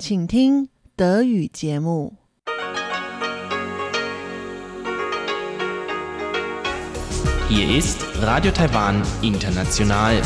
请听德语节目。 Hier ist Radio Taiwan International.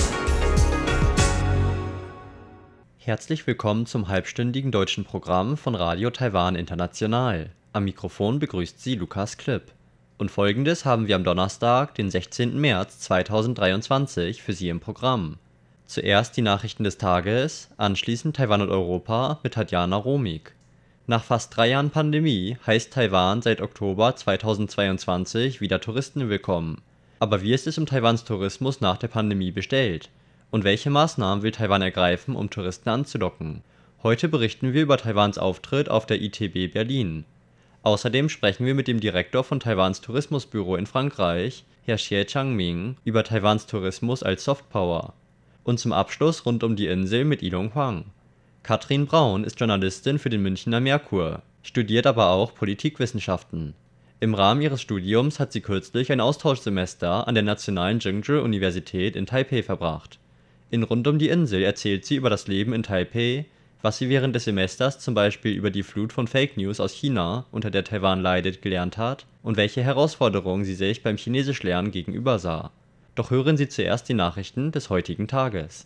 Herzlich willkommen zum halbstündigen deutschen Programm von Radio Taiwan International. Am Mikrofon begrüßt Sie Lukas Klipp. Und Folgendes haben wir am Donnerstag, den 16. März 2023 für Sie im Programm. Zuerst die Nachrichten des Tages, anschließend Taiwan und Europa mit Tatjana Romig. Nach fast 3 Jahren Pandemie heißt Taiwan seit Oktober 2022 wieder Touristen willkommen. Aber wie ist es um Taiwans Tourismus nach der Pandemie bestellt? Und welche Maßnahmen will Taiwan ergreifen, um Touristen anzulocken? Heute berichten wir über Taiwans Auftritt auf der ITB Berlin. Außerdem sprechen wir mit dem Direktor von Taiwans Tourismusbüro in Frankreich, Herr Xie Changming, über Taiwans Tourismus als Softpower. Und zum Abschluss rund um die Insel mit Ilong Huang. Katrin Braun ist Journalistin für den Münchner Merkur, studiert aber auch Politikwissenschaften. Im Rahmen ihres Studiums hat sie kürzlich ein Austauschsemester an der Nationalen Tsinghua-Universität in Taipei verbracht. In Rund um die Insel erzählt sie über das Leben in Taipei, was sie während des Semesters zum Beispiel über die Flut von Fake News aus China, unter der Taiwan leidet, gelernt hat und welche Herausforderungen sie sich beim Chinesischlernen gegenüber sah. Doch hören Sie zuerst die Nachrichten des heutigen Tages.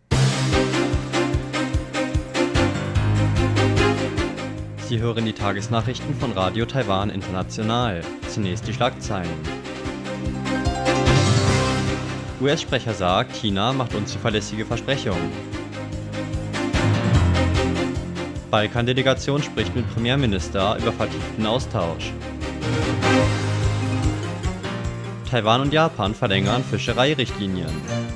Sie hören die Tagesnachrichten von Radio Taiwan International. Zunächst die Schlagzeilen. US-Sprecher sagt, China macht unzuverlässige Versprechungen. Balkan-Delegation spricht mit Premierminister über vertieften Austausch. Taiwan und Japan verlängern Fischereirichtlinien.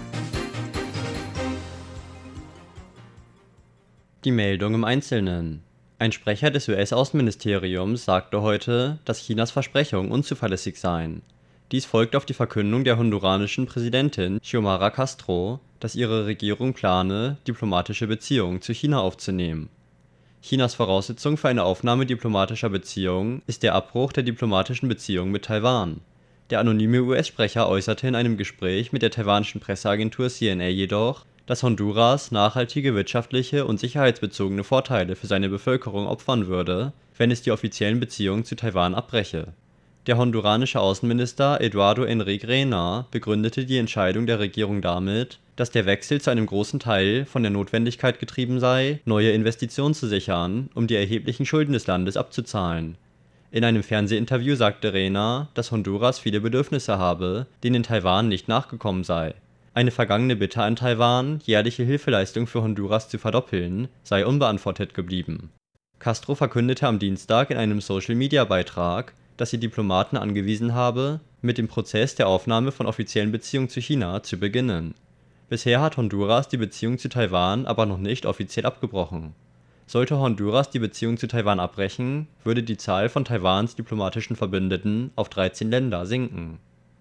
Die Meldung im Einzelnen. Ein Sprecher des US-Außenministeriums sagte heute, dass Chinas Versprechungen unzuverlässig seien. Dies folgt auf die Verkündung der honduranischen Präsidentin Xiomara Castro, dass ihre Regierung plane, diplomatische Beziehungen zu China aufzunehmen. Chinas Voraussetzung für eine Aufnahme diplomatischer Beziehungen ist der Abbruch der diplomatischen Beziehungen mit Taiwan. Der anonyme US-Sprecher äußerte in einem Gespräch mit der taiwanischen Presseagentur CNA jedoch, dass Honduras nachhaltige wirtschaftliche und sicherheitsbezogene Vorteile für seine Bevölkerung opfern würde, wenn es die offiziellen Beziehungen zu Taiwan abbreche. Der honduranische Außenminister Eduardo Enrique Reyna begründete die Entscheidung der Regierung damit, dass der Wechsel zu einem großen Teil von der Notwendigkeit getrieben sei, neue Investitionen zu sichern, um die erheblichen Schulden des Landes abzuzahlen. In einem Fernsehinterview sagte Reyna, dass Honduras viele Bedürfnisse habe, denen Taiwan nicht nachgekommen sei. Eine vergangene Bitte an Taiwan, jährliche Hilfeleistung für Honduras zu verdoppeln, sei unbeantwortet geblieben. Castro verkündete am Dienstag in einem Social-Media-Beitrag, dass sie Diplomaten angewiesen habe, mit dem Prozess der Aufnahme von offiziellen Beziehungen zu China zu beginnen. Bisher hat Honduras die Beziehung zu Taiwan aber noch nicht offiziell abgebrochen. Sollte Honduras die Beziehung zu Taiwan abbrechen, würde die Zahl von Taiwans diplomatischen Verbündeten auf 13 Länder sinken.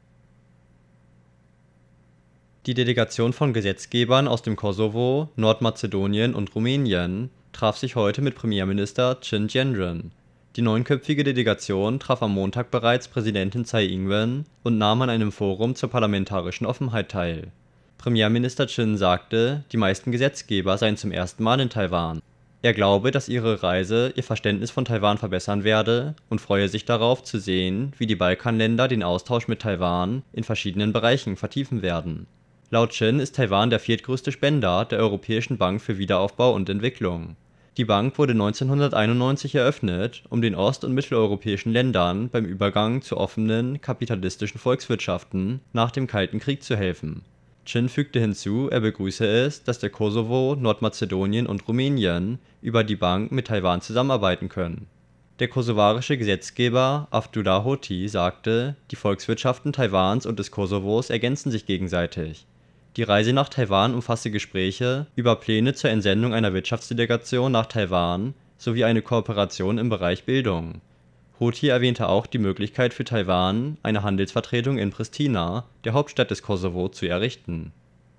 Die Delegation von Gesetzgebern aus dem Kosovo, Nordmazedonien und Rumänien traf sich heute mit Premierminister Chin Gendron. Die 9-köpfige Delegation traf am Montag bereits Präsidentin Tsai Ing-wen und nahm an einem Forum zur parlamentarischen Offenheit teil. Premierminister Chin sagte, die meisten Gesetzgeber seien zum ersten Mal in Taiwan. Er glaube, dass ihre Reise ihr Verständnis von Taiwan verbessern werde und freue sich darauf zu sehen, wie die Balkanländer den Austausch mit Taiwan in verschiedenen Bereichen vertiefen werden. Laut Chin ist Taiwan der viertgrößte Spender der Europäischen Bank für Wiederaufbau und Entwicklung. Die Bank wurde 1991 eröffnet, um den ost- und mitteleuropäischen Ländern beim Übergang zu offenen, kapitalistischen Volkswirtschaften nach dem Kalten Krieg zu helfen. Chin fügte hinzu, er begrüße es, dass der Kosovo, Nordmazedonien und Rumänien über die Bank mit Taiwan zusammenarbeiten können. Der kosovarische Gesetzgeber Abdullah Hoti sagte, die Volkswirtschaften Taiwans und des Kosovos ergänzen sich gegenseitig. Die Reise nach Taiwan umfasste Gespräche über Pläne zur Entsendung einer Wirtschaftsdelegation nach Taiwan sowie eine Kooperation im Bereich Bildung. Hoti erwähnte auch die Möglichkeit für Taiwan, eine Handelsvertretung in Pristina, der Hauptstadt des Kosovo, zu errichten.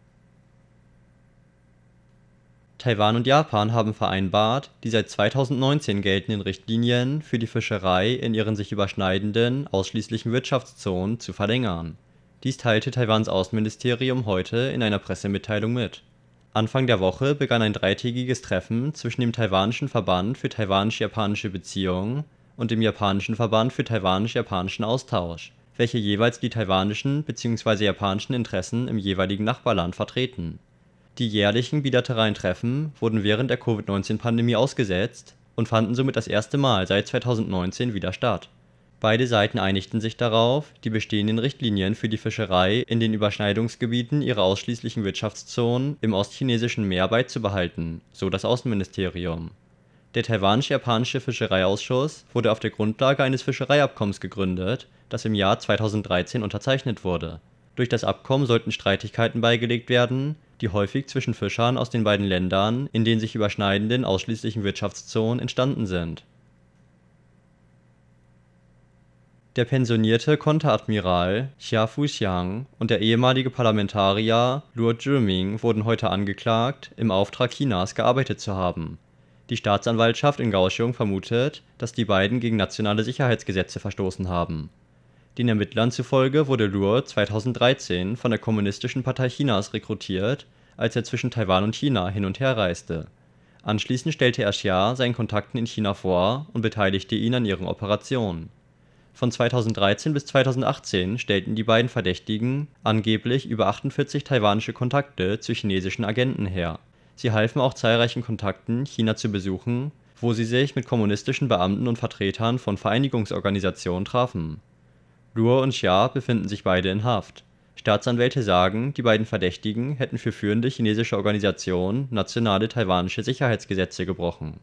Taiwan und Japan haben vereinbart, die seit 2019 geltenden Richtlinien für die Fischerei in ihren sich überschneidenden, ausschließlichen Wirtschaftszonen zu verlängern. Dies teilte Taiwans Außenministerium heute in einer Pressemitteilung mit. Anfang der Woche begann ein dreitägiges Treffen zwischen dem taiwanischen Verband für taiwanisch-japanische Beziehungen und dem japanischen Verband für taiwanisch-japanischen Austausch, welche jeweils die taiwanischen bzw. japanischen Interessen im jeweiligen Nachbarland vertreten. Die jährlichen bilateralen Treffen wurden während der Covid-19-Pandemie ausgesetzt und fanden somit das erste Mal seit 2019 wieder statt. Beide Seiten einigten sich darauf, die bestehenden Richtlinien für die Fischerei in den Überschneidungsgebieten ihrer ausschließlichen Wirtschaftszonen im ostchinesischen Meer beizubehalten, so das Außenministerium. Der taiwanisch-japanische Fischereiausschuss wurde auf der Grundlage eines Fischereiabkommens gegründet, das im Jahr 2013 unterzeichnet wurde. Durch das Abkommen sollten Streitigkeiten beigelegt werden, die häufig zwischen Fischern aus den beiden Ländern in den sich überschneidenden ausschließlichen Wirtschaftszonen entstanden sind. Der pensionierte Konteradmiral Xia Fuxiang und der ehemalige Parlamentarier Luo Zhiming wurden heute angeklagt, im Auftrag Chinas gearbeitet zu haben. Die Staatsanwaltschaft in Kaohsiung vermutet, dass die beiden gegen nationale Sicherheitsgesetze verstoßen haben. Den Ermittlern zufolge wurde Luo 2013 von der Kommunistischen Partei Chinas rekrutiert, als er zwischen Taiwan und China hin und her reiste. Anschließend stellte er Xia seinen Kontakten in China vor und beteiligte ihn an ihren Operationen. Von 2013 bis 2018 stellten die beiden Verdächtigen angeblich über 48 taiwanische Kontakte zu chinesischen Agenten her. Sie halfen auch zahlreichen Kontakten, China zu besuchen, wo sie sich mit kommunistischen Beamten und Vertretern von Vereinigungsorganisationen trafen. Luo und Xia befinden sich beide in Haft. Staatsanwälte sagen, die beiden Verdächtigen hätten für führende chinesische Organisationen nationale taiwanische Sicherheitsgesetze gebrochen.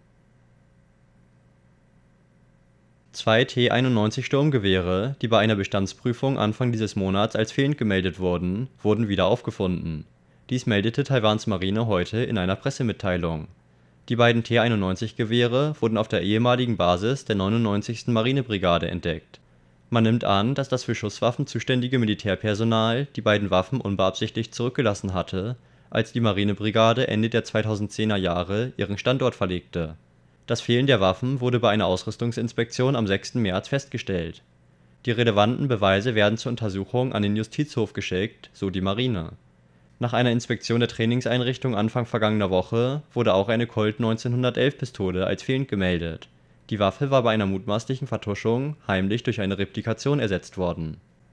2 T-91 Sturmgewehre, die bei einer Bestandsprüfung Anfang dieses Monats als fehlend gemeldet wurden, wurden wieder aufgefunden. Dies meldete Taiwans Marine heute in einer Pressemitteilung. Die beiden T-91-Gewehre wurden auf der ehemaligen Basis der 99. Marinebrigade entdeckt. Man nimmt an, dass das für Schusswaffen zuständige Militärpersonal die beiden Waffen unbeabsichtigt zurückgelassen hatte, als die Marinebrigade Ende der 2010er Jahre ihren Standort verlegte. Das Fehlen der Waffen wurde bei einer Ausrüstungsinspektion am 6. März festgestellt. Die relevanten Beweise werden zur Untersuchung an den Justizhof geschickt, so die Marine. Nach einer Inspektion der Trainingseinrichtung Anfang vergangener Woche wurde auch eine Colt 1911-Pistole als fehlend gemeldet. Die Waffe war bei einer mutmaßlichen Vertuschung heimlich durch eine Replikation ersetzt worden.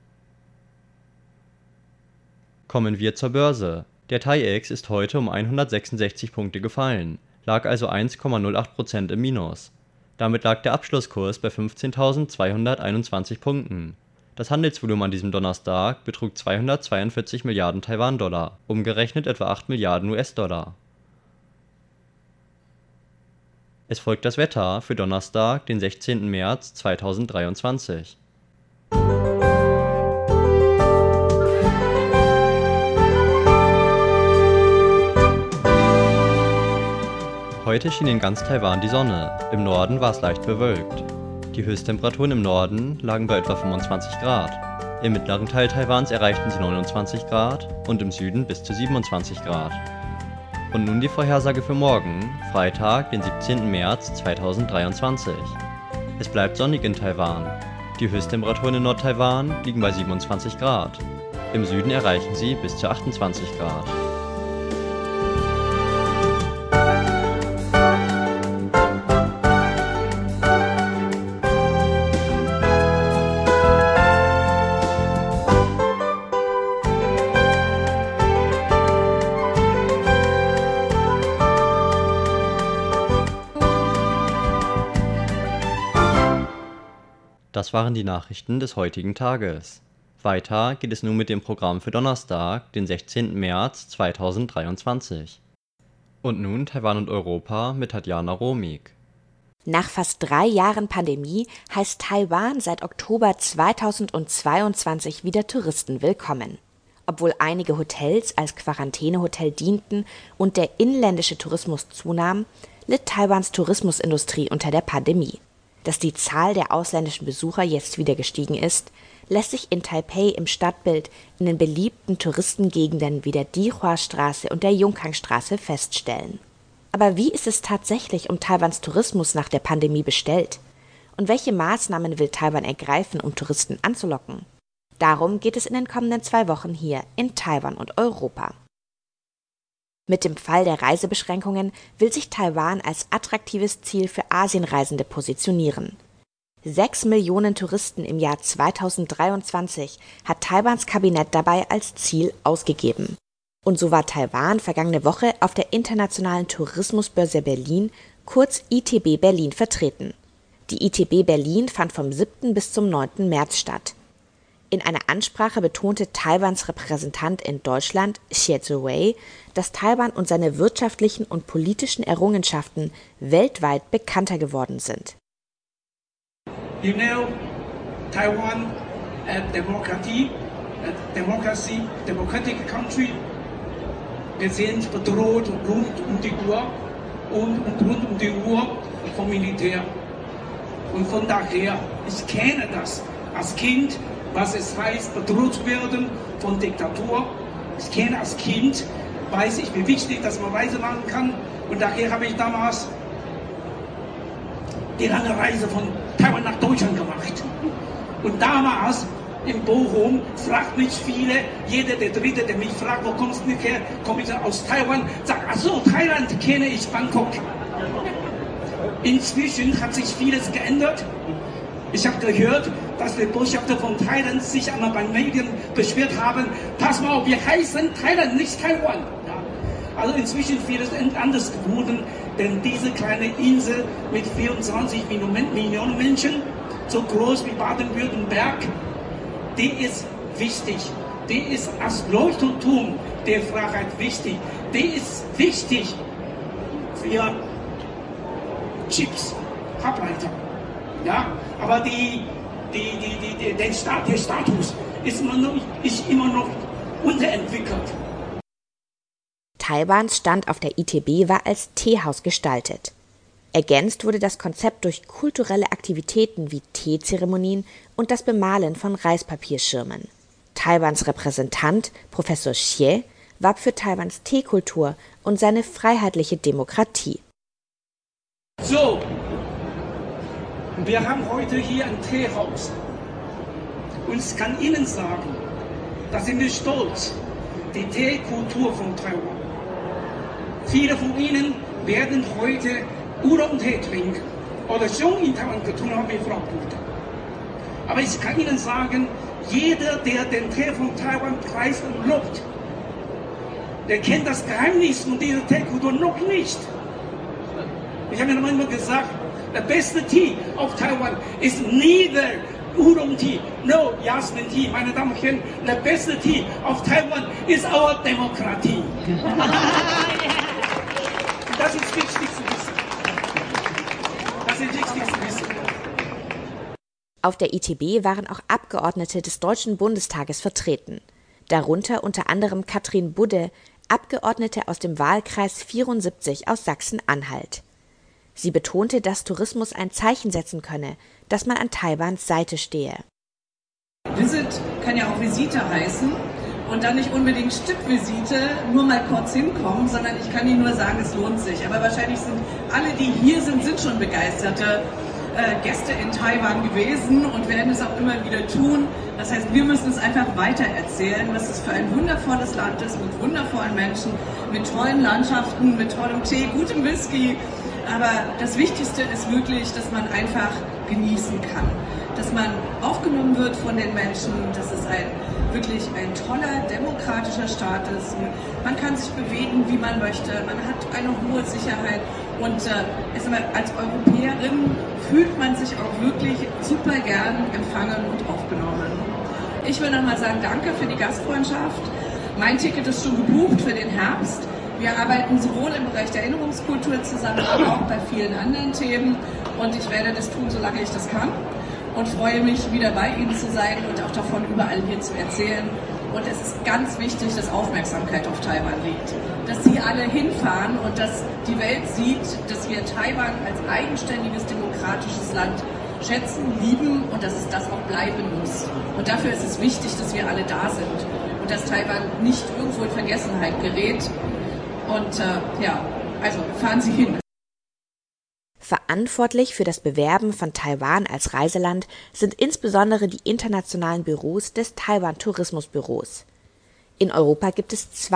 Kommen wir zur Börse. Der TAIEX ist heute um 166 Punkte gefallen, lag also 1,08% im Minus. Damit lag der Abschlusskurs bei 15.221 Punkten. Das Handelsvolumen an diesem Donnerstag betrug 242 Milliarden Taiwan-Dollar, umgerechnet etwa 8 Milliarden US-Dollar. Es folgt das Wetter für Donnerstag, den 16. März 2023. Heute schien in ganz Taiwan die Sonne, im Norden war es leicht bewölkt. Die Höchsttemperaturen im Norden lagen bei etwa 25 Grad. Im mittleren Teil Taiwans erreichten sie 29 Grad und im Süden bis zu 27 Grad. Und nun die Vorhersage für morgen, Freitag, den 17. März 2023. Es bleibt sonnig in Taiwan. Die Höchsttemperaturen in Nord-Taiwan liegen bei 27 Grad. Im Süden erreichen sie bis zu 28 Grad. Das waren die Nachrichten des heutigen Tages. Weiter geht es nun mit dem Programm für Donnerstag, den 16. März 2023. Und nun Taiwan und Europa mit Tatjana Romig. Nach fast 3 Jahren Pandemie heißt Taiwan seit Oktober 2022 wieder Touristen willkommen. Obwohl einige Hotels als Quarantänehotel dienten und der inländische Tourismus zunahm, litt Taiwans Tourismusindustrie unter der Pandemie. Dass die Zahl der ausländischen Besucher jetzt wieder gestiegen ist, lässt sich in Taipei im Stadtbild in den beliebten Touristengegenden wie der Dihua-Straße und der Yongkang-Straße feststellen. Aber wie ist es tatsächlich um Taiwans Tourismus nach der Pandemie bestellt? Und welche Maßnahmen will Taiwan ergreifen, um Touristen anzulocken? Darum geht es in den kommenden 2 Wochen hier in Taiwan und Europa. Mit dem Fall der Reisebeschränkungen will sich Taiwan als attraktives Ziel für Asienreisende positionieren. 6 Millionen Touristen im Jahr 2023 hat Taiwans Kabinett dabei als Ziel ausgegeben. Und so war Taiwan vergangene Woche auf der Internationalen Tourismusbörse Berlin, kurz ITB Berlin, vertreten. Die ITB Berlin fand vom 7. bis zum 9. März statt. In einer Ansprache betonte Taiwans Repräsentant in Deutschland, Xie Ziwei, dass Taiwan und seine wirtschaftlichen und politischen Errungenschaften weltweit bekannter geworden sind. You know, Taiwan, democratic country. Wir sind bedroht rund um die Uhr vom Militär. Und von daher, ich kenne das als Kind, was es heißt, bedroht werden von Diktatur. Ich kenne als Kind, weiß ich, wie wichtig, dass man Reise machen kann. Und daher habe ich damals die lange Reise von Taiwan nach Deutschland gemacht. Und damals in Bochum fragt mich viele, jeder der Dritte, der mich fragt, wo kommst du her? Komme ich aus Taiwan? Sagt, ach so, Thailand kenne ich, Bangkok. Inzwischen hat sich vieles geändert. Ich habe gehört, dass die Botschafter von Thailand sich einmal bei Medien beschwert haben, pass mal auf, wir heißen Thailand, nicht Taiwan. Ja. Also inzwischen vieles anders geworden, denn diese kleine Insel mit 24 Millionen Menschen, so groß wie Baden-Württemberg, die ist wichtig. Die ist als Leuchtturm der Freiheit wichtig. Die ist wichtig für Chips, Halbleiter. Ja, aber der Status ist immer noch unterentwickelt. Taiwans Stand auf der ITB war als Teehaus gestaltet. Ergänzt wurde das Konzept durch kulturelle Aktivitäten wie Teezeremonien und das Bemalen von Reispapierschirmen. Taiwans Repräsentant, Professor Xie, warb für Taiwans Teekultur und seine freiheitliche Demokratie. So, wir haben heute hier ein Teehaus. Und ich kann Ihnen sagen, da sind wir stolz, die Teekultur von Taiwan. Viele von Ihnen werden heute Oolong-Tee trinken oder schon in Taiwan getrunken haben in Frankfurt. Aber ich kann Ihnen sagen, jeder, der den Tee von Taiwan preist und lobt, der kennt das Geheimnis von dieser Teekultur noch nicht. Ich habe mir immer gesagt, der beste Tee auf Taiwan ist neither Oolong-Tee, no Jasmin Tee. Meine Damen und Herren, der beste Tee auf Taiwan ist our Demokratie. Das ist wichtig zu wissen. Das ist wichtig zu wissen. Auf der ITB waren auch Abgeordnete des Deutschen Bundestages vertreten. Darunter unter anderem Katrin Budde, Abgeordnete aus dem Wahlkreis 74 aus Sachsen-Anhalt. Sie betonte, dass Tourismus ein Zeichen setzen könne, dass man an Taiwans Seite stehe. Visit kann ja auch Visite heißen und dann nicht unbedingt Stippvisite, nur mal kurz hinkommen, sondern ich kann Ihnen nur sagen, es lohnt sich. Aber wahrscheinlich sind alle, die hier sind schon begeisterte Gäste in Taiwan gewesen und werden es auch immer wieder tun. Das heißt, wir müssen es einfach weitererzählen, was es für ein wundervolles Land ist, mit wundervollen Menschen, mit tollen Landschaften, mit tollem Tee, gutem Whisky. Aber das Wichtigste ist wirklich, dass man einfach genießen kann. Dass man aufgenommen wird von den Menschen, dass es wirklich ein toller, demokratischer Staat ist. Man kann sich bewegen, wie man möchte. Man hat eine hohe Sicherheit. Und als Europäerin fühlt man sich auch wirklich super gern empfangen und aufgenommen. Ich will nochmal sagen, danke für die Gastfreundschaft. Mein Ticket ist schon gebucht für den Herbst. Wir arbeiten sowohl im Bereich der Erinnerungskultur zusammen, aber auch bei vielen anderen Themen. Und ich werde das tun, solange ich das kann. Und freue mich, wieder bei Ihnen zu sein und auch davon überall hier zu erzählen. Und es ist ganz wichtig, dass Aufmerksamkeit auf Taiwan liegt. Dass Sie alle hinfahren und dass die Welt sieht, dass wir Taiwan als eigenständiges, demokratisches Land schätzen, lieben und dass es das auch bleiben muss. Und dafür ist es wichtig, dass wir alle da sind und dass Taiwan nicht irgendwo in Vergessenheit gerät. Und also fahren Sie hin. Verantwortlich für das Bewerben von Taiwan als Reiseland sind insbesondere die internationalen Büros des Taiwan Tourismusbüros. In Europa gibt es 2.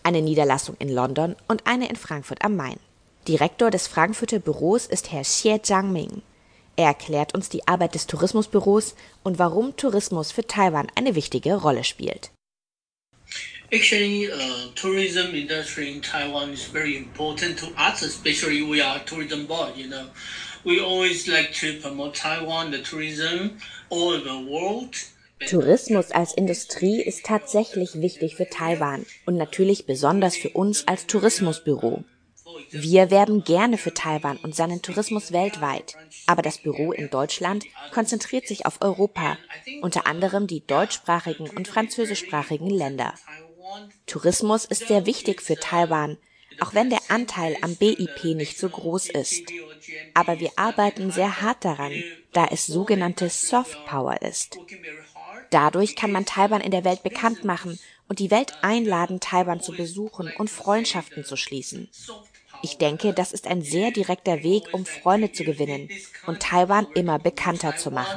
eine Niederlassung in London und eine in Frankfurt am Main. Direktor des Frankfurter Büros ist Herr Xie Zhangming. Er erklärt uns die Arbeit des Tourismusbüros und warum Tourismus für Taiwan eine wichtige Rolle spielt. Actually, tourism industry in Taiwan is very important to us, especially we are a tourism board, We always like to promote Taiwan, the tourism all over the world. Tourismus als Industrie ist tatsächlich wichtig für Taiwan und natürlich besonders für uns als Tourismusbüro. Wir werben gerne für Taiwan und seinen Tourismus weltweit, aber das Büro in Deutschland konzentriert sich auf Europa, unter anderem die deutschsprachigen und französischsprachigen Länder. Tourismus ist sehr wichtig für Taiwan, auch wenn der Anteil am BIP nicht so groß ist. Aber wir arbeiten sehr hart daran, da es sogenannte Soft Power ist. Dadurch kann man Taiwan in der Welt bekannt machen und die Welt einladen, Taiwan zu besuchen und Freundschaften zu schließen. Ich denke, das ist ein sehr direkter Weg, um Freunde zu gewinnen und Taiwan immer bekannter zu machen.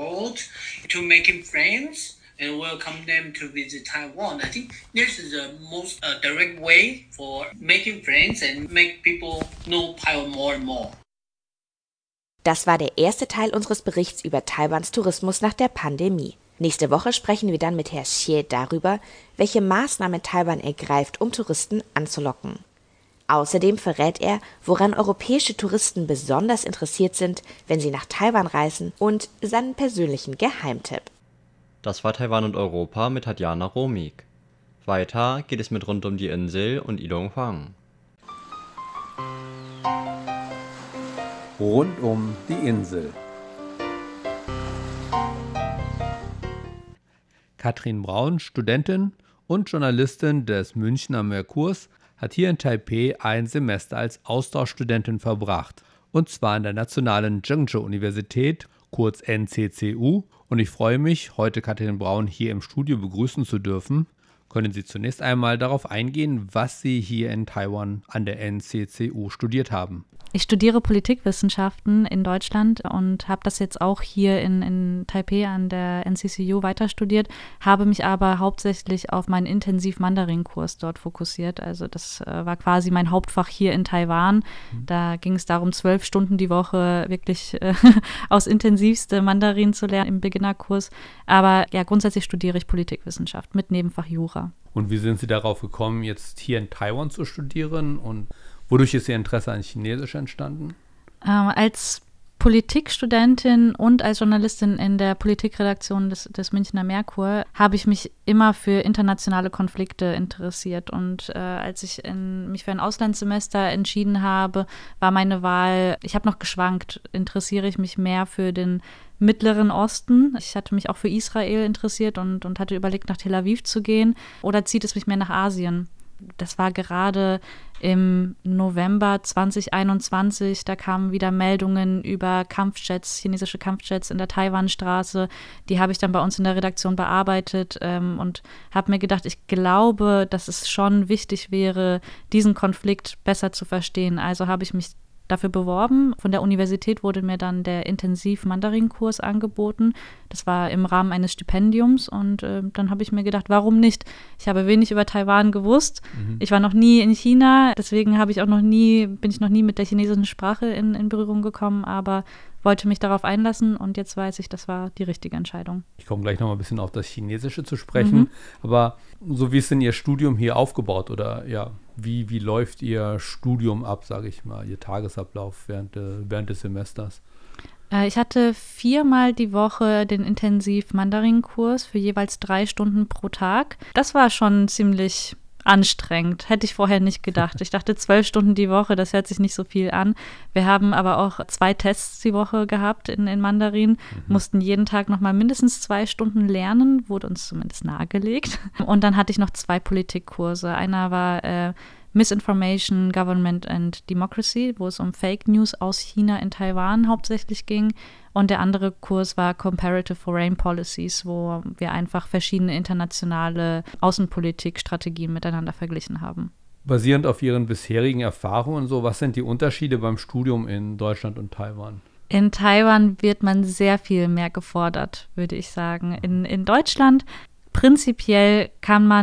And welcome them to visit Taiwan. I think this is the most direct way for making friends and make people know Taiwan more and more. Das war der erste Teil unseres Berichts über Taiwans Tourismus nach der Pandemie. Nächste Woche sprechen wir dann mit Herrn Xie darüber, welche Maßnahmen Taiwan ergreift, um Touristen anzulocken. Außerdem verrät er, woran europäische Touristen besonders interessiert sind, wenn sie nach Taiwan reisen, und seinen persönlichen Geheimtipp. Das war Taiwan und Europa mit Tatjana Romig. Weiter geht es mit Rund um die Insel und Ilong Huang. Rund um die Insel. Katrin Braun, Studentin und Journalistin des Münchner Merkurs, hat hier in Taipeh ein Semester als Austauschstudentin verbracht. Und zwar an der Nationalen Zhengzhou-Universität, kurz NCCU. Und ich freue mich, heute Katrin Braun hier im Studio begrüßen zu dürfen. Können Sie zunächst einmal darauf eingehen, was Sie hier in Taiwan an der NCCU studiert haben? Ich studiere Politikwissenschaften in Deutschland und habe das jetzt auch hier in Taipeh an der NCCU weiter studiert, habe mich aber hauptsächlich auf meinen Intensiv-Mandarin-Kurs dort fokussiert. Also das war quasi mein Hauptfach hier in Taiwan. Da ging es darum, 12 Stunden die Woche wirklich aus intensivste Mandarin zu lernen im Beginnerkurs. Aber ja, grundsätzlich studiere ich Politikwissenschaft mit Nebenfach Jura. Und wie sind Sie darauf gekommen, jetzt hier in Taiwan zu studieren, und wodurch ist Ihr Interesse an Chinesisch entstanden? Als Politikstudentin und als Journalistin in der Politikredaktion des Münchner Merkur habe ich mich immer für internationale Konflikte interessiert. Und als ich mich für ein Auslandssemester entschieden habe, war meine Wahl, ich habe noch geschwankt, interessiere ich mich mehr für den Mittleren Osten. Ich hatte mich auch für Israel interessiert und hatte überlegt, nach Tel Aviv zu gehen, oder zieht es mich mehr nach Asien? Das war gerade im November 2021, da kamen wieder Meldungen über Kampfjets, chinesische Kampfjets in der Taiwanstraße. Die habe ich dann bei uns in der Redaktion bearbeitet und habe mir gedacht, ich glaube, dass es schon wichtig wäre, diesen Konflikt besser zu verstehen. Also habe ich mich dafür beworben. Von der Universität wurde mir dann der Intensiv-Mandarin-Kurs angeboten. Das war im Rahmen eines Stipendiums und dann habe ich mir gedacht, warum nicht? Ich habe wenig über Taiwan gewusst. Ich war noch nie in China, deswegen bin ich noch nie mit der chinesischen Sprache in Berührung gekommen, aber wollte mich darauf einlassen und jetzt weiß ich, das war die richtige Entscheidung. Ich komme gleich noch mal ein bisschen auf das Chinesische zu sprechen, aber so wie ist denn Ihr Studium hier aufgebaut, oder ja, wie läuft Ihr Studium ab, sage ich mal, Ihr Tagesablauf während des Semesters? Ich hatte 4-mal die Woche den Intensiv-Mandarin-Kurs für jeweils 3 Stunden pro Tag. Das war schon ziemlich anstrengend. Hätte ich vorher nicht gedacht. Ich dachte 12 Stunden die Woche, das hört sich nicht so viel an. Wir haben aber auch 2 Tests die Woche gehabt in Mandarin, mussten jeden Tag nochmal mindestens 2 Stunden lernen, wurde uns zumindest nahegelegt. Und dann hatte ich noch 2 Politikkurse. Einer war Misinformation, Government and Democracy, wo es um Fake News aus China in Taiwan hauptsächlich ging. Und der andere Kurs war Comparative Foreign Policies, wo wir einfach verschiedene internationale Außenpolitikstrategien miteinander verglichen haben. Basierend auf Ihren bisherigen Erfahrungen, was sind die Unterschiede beim Studium in Deutschland und Taiwan? In Taiwan wird man sehr viel mehr gefordert, würde ich sagen. In Deutschland prinzipiell kann man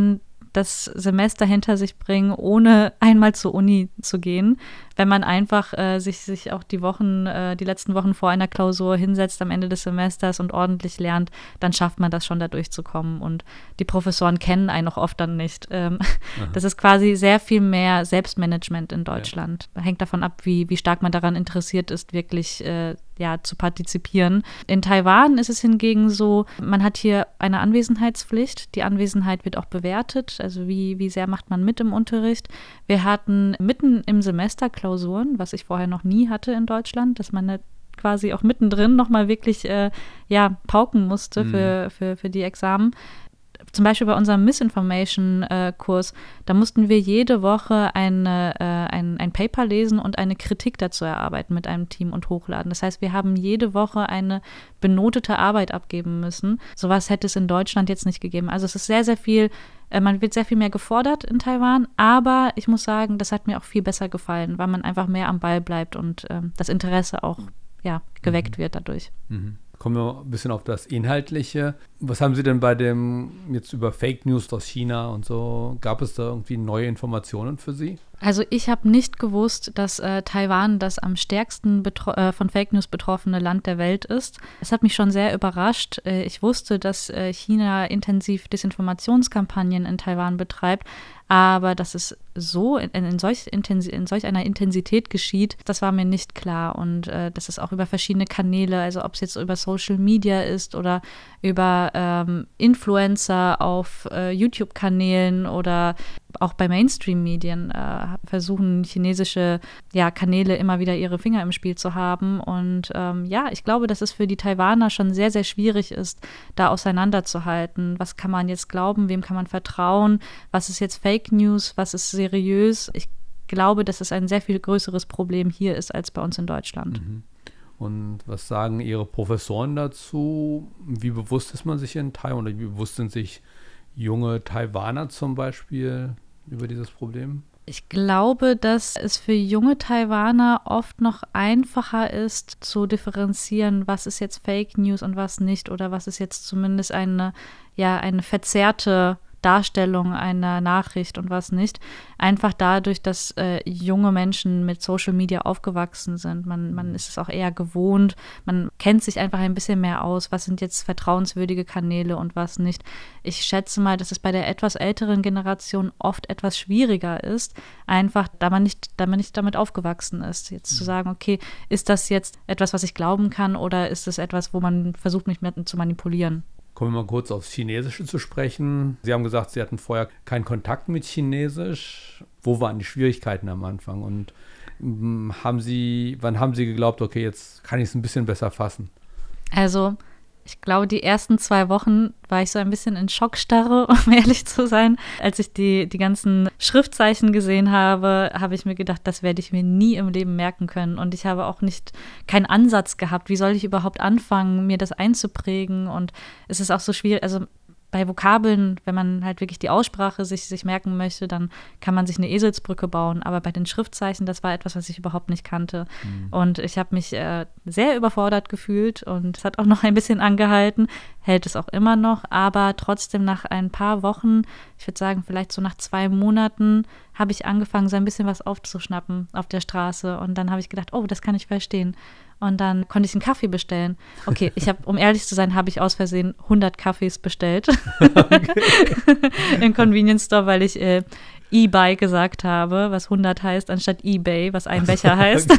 das Semester hinter sich bringen, ohne einmal zur Uni zu gehen. Wenn man einfach sich auch die letzten Wochen vor einer Klausur hinsetzt am Ende des Semesters und ordentlich lernt, dann schafft man das schon, da durchzukommen. Und die Professoren kennen einen auch oft dann nicht. Das ist quasi sehr viel mehr Selbstmanagement in Deutschland. Hängt davon ab, wie stark man daran interessiert ist, wirklich zu partizipieren. In Taiwan ist es hingegen so, man hat hier eine Anwesenheitspflicht. Die Anwesenheit wird auch bewertet, also wie sehr macht man mit im Unterricht. Wir hatten mitten im Semester Klausuren, was ich vorher noch nie hatte in Deutschland, dass man quasi auch mittendrin nochmal wirklich pauken musste für die Examen. Zum Beispiel bei unserem Misinformation-Kurs, da mussten wir jede Woche ein Paper lesen und eine Kritik dazu erarbeiten mit einem Team und hochladen. Das heißt, wir haben jede Woche eine benotete Arbeit abgeben müssen. Sowas hätte es in Deutschland jetzt nicht gegeben. Also es ist sehr, sehr viel, man wird sehr viel mehr gefordert in Taiwan, aber ich muss sagen, das hat mir auch viel besser gefallen, weil man einfach mehr am Ball bleibt und das Interesse auch geweckt wird dadurch. Mhm. Kommen wir ein bisschen auf das Inhaltliche. Was haben Sie denn bei dem, jetzt über Fake News aus China und so, gab es da irgendwie neue Informationen für Sie? Also ich habe nicht gewusst, dass Taiwan das am stärksten von Fake News betroffene Land der Welt ist. Es hat mich schon sehr überrascht. Ich wusste, dass China intensiv Desinformationskampagnen in Taiwan betreibt, aber dass es so in solch einer Intensität geschieht, das war mir nicht klar. Und dass es auch über verschiedene Kanäle, also ob es jetzt über Social Media ist oder über Influencer auf YouTube-Kanälen oder auch bei Mainstream-Medien versuchen chinesische Kanäle immer wieder ihre Finger im Spiel zu haben. Und ich glaube, dass es für die Taiwaner schon sehr, sehr schwierig ist, da auseinanderzuhalten. Was kann man jetzt glauben? Wem kann man vertrauen? Was ist jetzt Fake News? Was ist seriös? Ich glaube, dass es ein sehr viel größeres Problem hier ist als bei uns in Deutschland. Mhm. Und was sagen Ihre Professoren dazu? Wie bewusst ist man sich in Taiwan oder wie bewusst sind sich junge Taiwaner zum Beispiel über dieses Problem? Ich glaube, dass es für junge Taiwaner oft noch einfacher ist, zu differenzieren, was ist jetzt Fake News und was nicht, oder was ist jetzt zumindest eine verzerrte Darstellung einer Nachricht und was nicht. Einfach dadurch, dass junge Menschen mit Social Media aufgewachsen sind. Man ist es auch eher gewohnt. Man kennt sich einfach ein bisschen mehr aus. Was sind jetzt vertrauenswürdige Kanäle und was nicht. Ich schätze mal, dass es bei der etwas älteren Generation oft etwas schwieriger ist, einfach da man nicht damit aufgewachsen ist. Jetzt zu sagen, okay, ist das jetzt etwas, was ich glauben kann, oder ist es etwas, wo man versucht, mich mit zu manipulieren? Kommen wir mal kurz aufs Chinesische zu sprechen. Sie haben gesagt, Sie hatten vorher keinen Kontakt mit Chinesisch. Wo waren die Schwierigkeiten am Anfang? Und wann haben Sie geglaubt, okay, jetzt kann ich es ein bisschen besser fassen? Also, ich glaube, die ersten 2 Wochen war ich so ein bisschen in Schockstarre, um ehrlich zu sein. Als ich die ganzen Schriftzeichen gesehen habe, habe ich mir gedacht, das werde ich mir nie im Leben merken können. Und ich habe auch keinen Ansatz gehabt. Wie soll ich überhaupt anfangen, mir das einzuprägen? Und es ist auch so schwierig, also bei Vokabeln, wenn man halt wirklich die Aussprache sich merken möchte, dann kann man sich eine Eselsbrücke bauen. Aber bei den Schriftzeichen, das war etwas, was ich überhaupt nicht kannte. Und ich habe mich sehr überfordert gefühlt und es hat auch noch ein bisschen angehalten, hält es auch immer noch. Aber trotzdem nach ein paar Wochen, ich würde sagen vielleicht so nach 2 Monaten, habe ich angefangen, so ein bisschen was aufzuschnappen auf der Straße. Und dann habe ich gedacht, oh, das kann ich verstehen. Und dann konnte ich einen Kaffee bestellen. Okay, um ehrlich zu sein, habe ich aus Versehen 100 Kaffees bestellt. Im Convenience Store, weil ich E-Buy gesagt habe, was 100 heißt, anstatt eBay, was ein Becher heißt.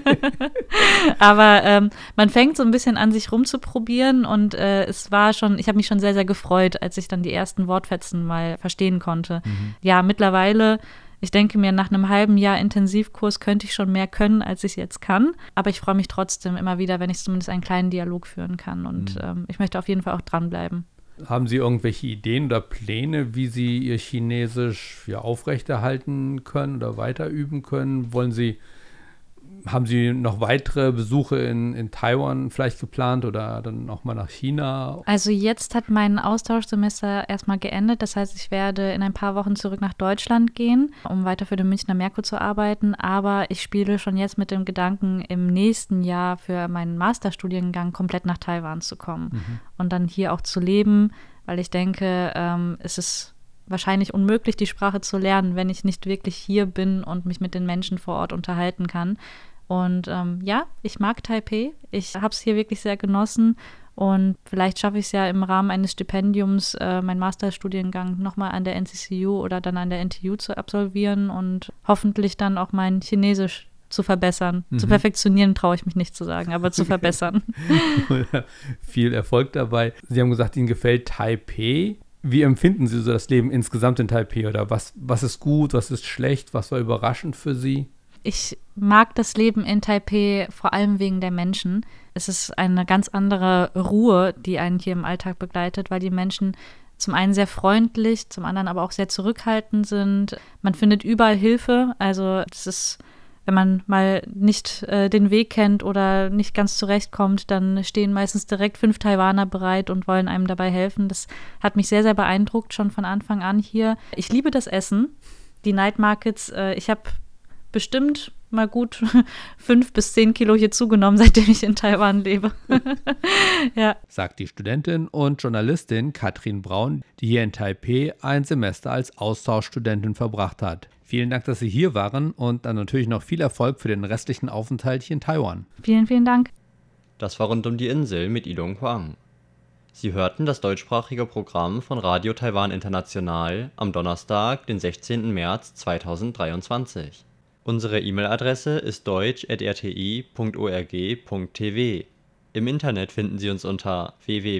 Aber man fängt so ein bisschen an, sich rumzuprobieren und ich habe mich schon sehr, sehr gefreut, als ich dann die ersten Wortfetzen mal verstehen konnte. Ja, mittlerweile, ich denke mir, nach einem halben Jahr Intensivkurs könnte ich schon mehr können, als ich jetzt kann. Aber ich freue mich trotzdem immer wieder, wenn ich zumindest einen kleinen Dialog führen kann. Und ich möchte auf jeden Fall auch dranbleiben. Haben Sie irgendwelche Ideen oder Pläne, wie Sie Ihr Chinesisch aufrechterhalten können oder weiter üben können? Haben Sie noch weitere Besuche in Taiwan vielleicht geplant oder dann auch mal nach China? Also jetzt hat mein Austauschsemester erstmal geendet. Das heißt, ich werde in ein paar Wochen zurück nach Deutschland gehen, um weiter für den Münchner Merkur zu arbeiten. Aber ich spiele schon jetzt mit dem Gedanken, im nächsten Jahr für meinen Masterstudiengang komplett nach Taiwan zu kommen und dann hier auch zu leben, weil ich denke, es ist wahrscheinlich unmöglich, die Sprache zu lernen, wenn ich nicht wirklich hier bin und mich mit den Menschen vor Ort unterhalten kann. Und ja, ich mag Taipei. Ich habe es hier wirklich sehr genossen. Und vielleicht schaffe ich es ja im Rahmen eines Stipendiums, meinen Masterstudiengang nochmal an der NCCU oder dann an der NTU zu absolvieren und hoffentlich dann auch mein Chinesisch zu verbessern. Zu perfektionieren traue ich mich nicht zu sagen, aber zu verbessern. Viel Erfolg dabei. Sie haben gesagt, Ihnen gefällt Taipei. Wie empfinden Sie so das Leben insgesamt in Taipei? Oder was ist gut, was ist schlecht, was war überraschend für Sie? Ich mag das Leben in Taipei vor allem wegen der Menschen. Es ist eine ganz andere Ruhe, die einen hier im Alltag begleitet, weil die Menschen zum einen sehr freundlich, zum anderen aber auch sehr zurückhaltend sind. Man findet überall Hilfe. Also das ist, wenn man mal nicht den Weg kennt oder nicht ganz zurechtkommt, dann stehen meistens direkt 5 Taiwaner bereit und wollen einem dabei helfen. Das hat mich sehr, sehr beeindruckt, schon von Anfang an hier. Ich liebe das Essen, die Night Markets. Ich habe bestimmt mal gut 5 bis 10 Kilo hier zugenommen, seitdem ich in Taiwan lebe. Ja. Sagt die Studentin und Journalistin Katrin Braun, die hier in Taipei ein Semester als Austauschstudentin verbracht hat. Vielen Dank, dass Sie hier waren und dann natürlich noch viel Erfolg für den restlichen Aufenthalt hier in Taiwan. Vielen, vielen Dank. Das war Rund um die Insel mit Ilong Huang. Sie hörten das deutschsprachige Programm von Radio Taiwan International am Donnerstag, den 16. März 2023. Unsere E-Mail-Adresse ist deutsch@rti.org.tv. Im Internet finden Sie uns unter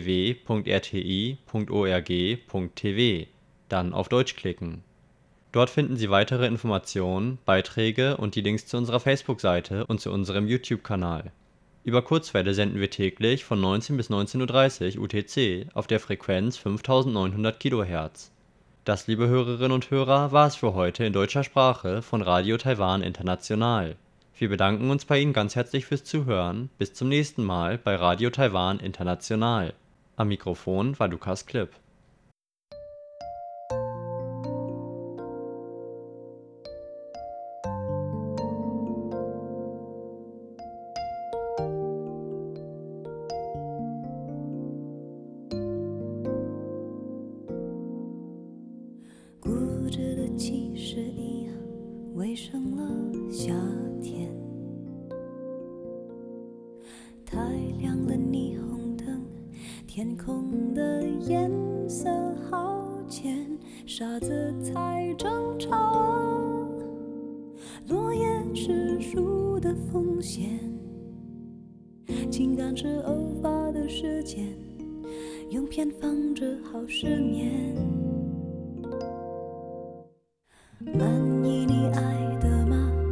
www.rti.org.tv. Dann auf Deutsch klicken. Dort finden Sie weitere Informationen, Beiträge und die Links zu unserer Facebook-Seite und zu unserem YouTube-Kanal. Über Kurzwelle senden wir täglich von 19 bis 19:30 Uhr UTC auf der Frequenz 5900 kHz. Das, liebe Hörerinnen und Hörer, war es für heute in deutscher Sprache von Radio Taiwan International. Wir bedanken uns bei Ihnen ganz herzlich fürs Zuhören. Bis zum nächsten Mal bei Radio Taiwan International. Am Mikrofon war Lukas Klipp.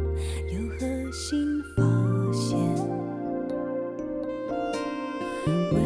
我